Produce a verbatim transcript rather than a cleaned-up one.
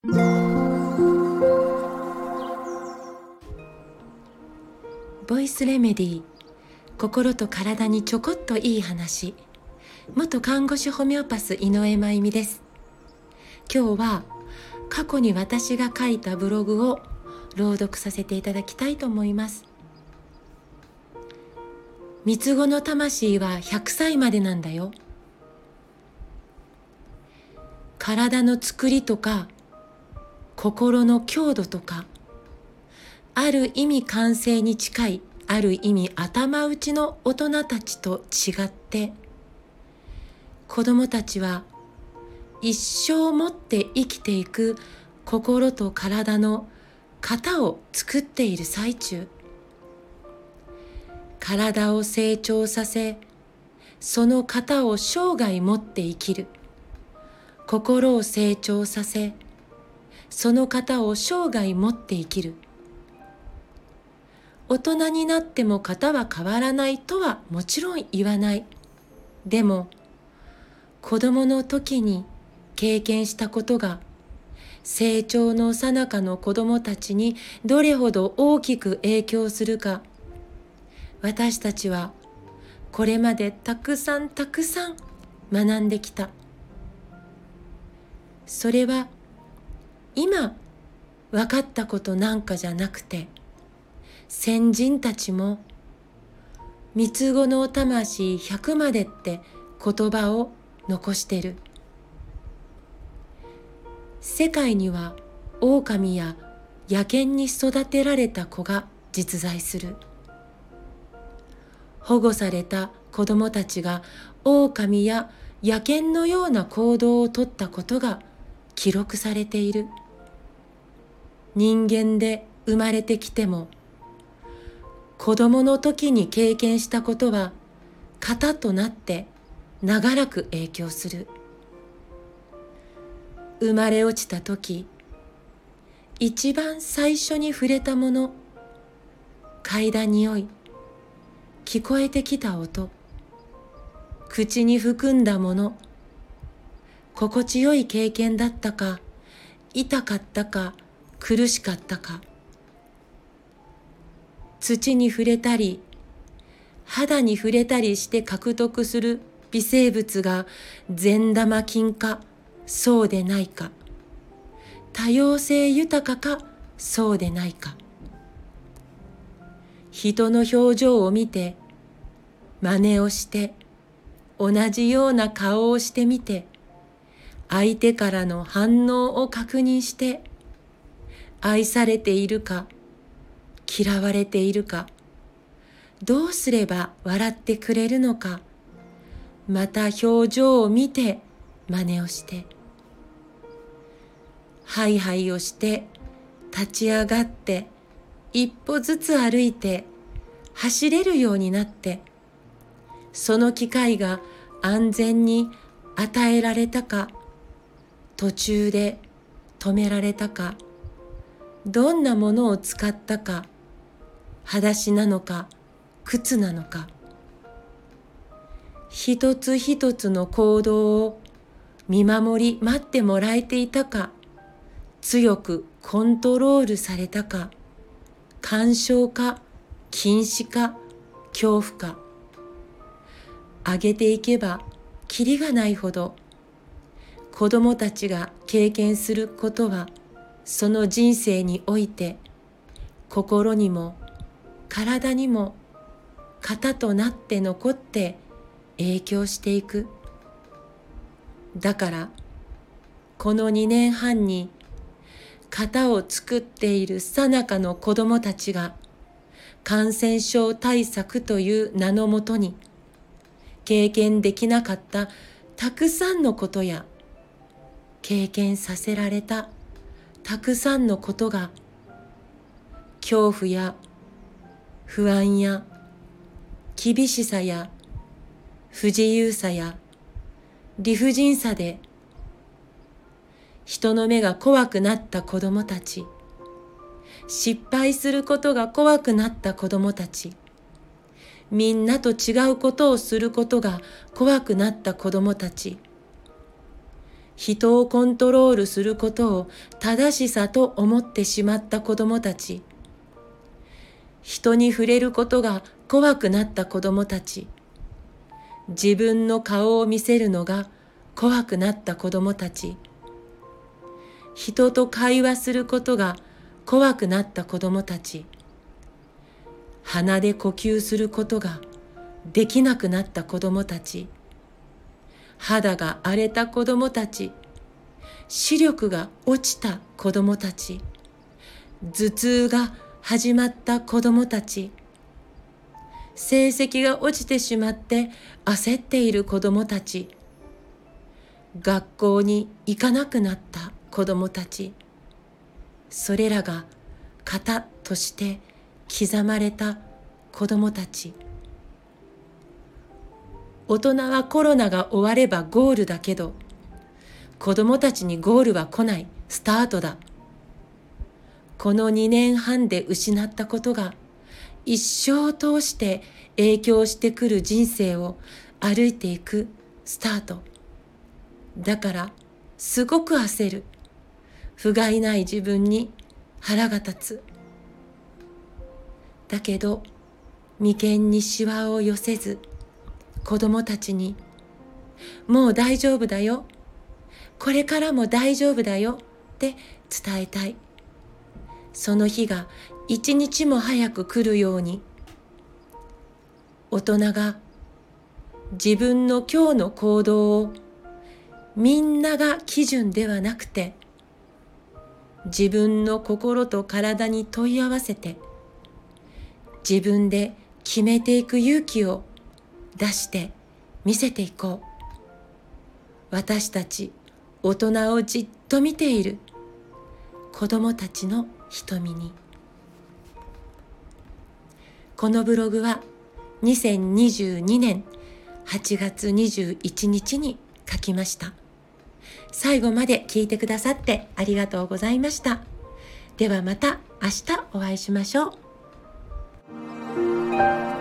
ボイスレメディー、心と体にちょこっといい話。元看護師ホメオパス井上真由美です。今日は過去に私が書いたブログを朗読させていただきたいと思います。三つ子の魂はひゃくさいまでなんだよ。体の作りとか心の強度とか、ある意味完成に近い、ある意味頭打ちの大人たちと違って、子供たちは一生持って生きていく心と体の型を作っている最中。体を成長させ、その型を生涯持って生きる。心を成長させ、その型を生涯持って生きる。大人になっても型は変わらないとはもちろん言わない。でも、子供の時に経験したことが、成長の最中の子供たちにどれほど大きく影響するか、私たちはこれまでたくさんたくさん学んできた。それは今分かったことなんかじゃなくて、先人たちも三つ子の魂ひゃくまでって言葉を残してる。世界には狼や野犬に育てられた子が実在する。保護された子供たちが狼や野犬のような行動をとったことが記録されている。人間で生まれてきても、子供の時に経験したことは型となって長らく影響する。生まれ落ちた時、一番最初に触れたもの、嗅いだ匂い、聞こえてきた音、口に含んだもの、心地よい経験だったか、痛かったか、苦しかったか。土に触れたり、肌に触れたりして獲得する微生物が善玉菌か、そうでないか。多様性豊かか、そうでないか。人の表情を見て、真似をして、同じような顔をしてみて、相手からの反応を確認して、愛されているか、嫌われているか、どうすれば笑ってくれるのか、また表情を見て真似をして、ハイハイをして立ち上がって一歩ずつ歩いて走れるようになって、その機会が安全に与えられたか、途中で止められたか、どんなものを使ったか、裸足なのか、靴なのか。一つ一つの行動を見守り待ってもらえていたか、強くコントロールされたか、干渉か、禁止か、恐怖か。上げていけばきりがないほど、子供たちが経験することは、その人生において、心にも体にも型となって残って影響していく。だから、このにねんはんに型を作っている最中の子供たちが、感染症対策という名のもとに、経験できなかったたくさんのことや、経験させられたたくさんのことが、恐怖や不安や厳しさや不自由さや理不尽さで、人の目が怖くなった子供たち、失敗することが怖くなった子供たち、みんなと違うことをすることが怖くなった子供たち、 人をコントロールすることを正しさと思ってしまった子供たち、人に触れることが怖くなった子供たち、自分の顔を見せるのが怖くなった子供たち、人と会話することが怖くなった子供たち、鼻で呼吸することができなくなった子供たち、肌が荒れた子供たち、視力が落ちた子供たち、頭痛が始まった子供たち、成績が落ちてしまって焦っている子供たち、学校に行かなくなった子供たち、それらが型として刻まれた子供たち。大人はコロナが終わればゴールだけど、子供たちにゴールは来ない、スタートだ。このにねんはんで失ったことが一生通して影響してくる人生を歩いていくスタート。だからすごく焦る。不甲斐ない自分に腹が立つ。だけど眉間にシワを寄せず、子供たちにもう大丈夫だよ、これからも大丈夫だよって伝えたい。その日が一日も早く来るように、大人が自分の今日の行動をみんなが基準ではなくて、自分の心と体に問い合わせて、自分で決めていく勇気を出して見せていこう。私たち大人をじっと見ている子供たちの瞳に。このブログはにせんにじゅうにねんはちがつにじゅういちにちに書きました。最後まで聞いてくださってありがとうございました。ではまた明日お会いしましょう。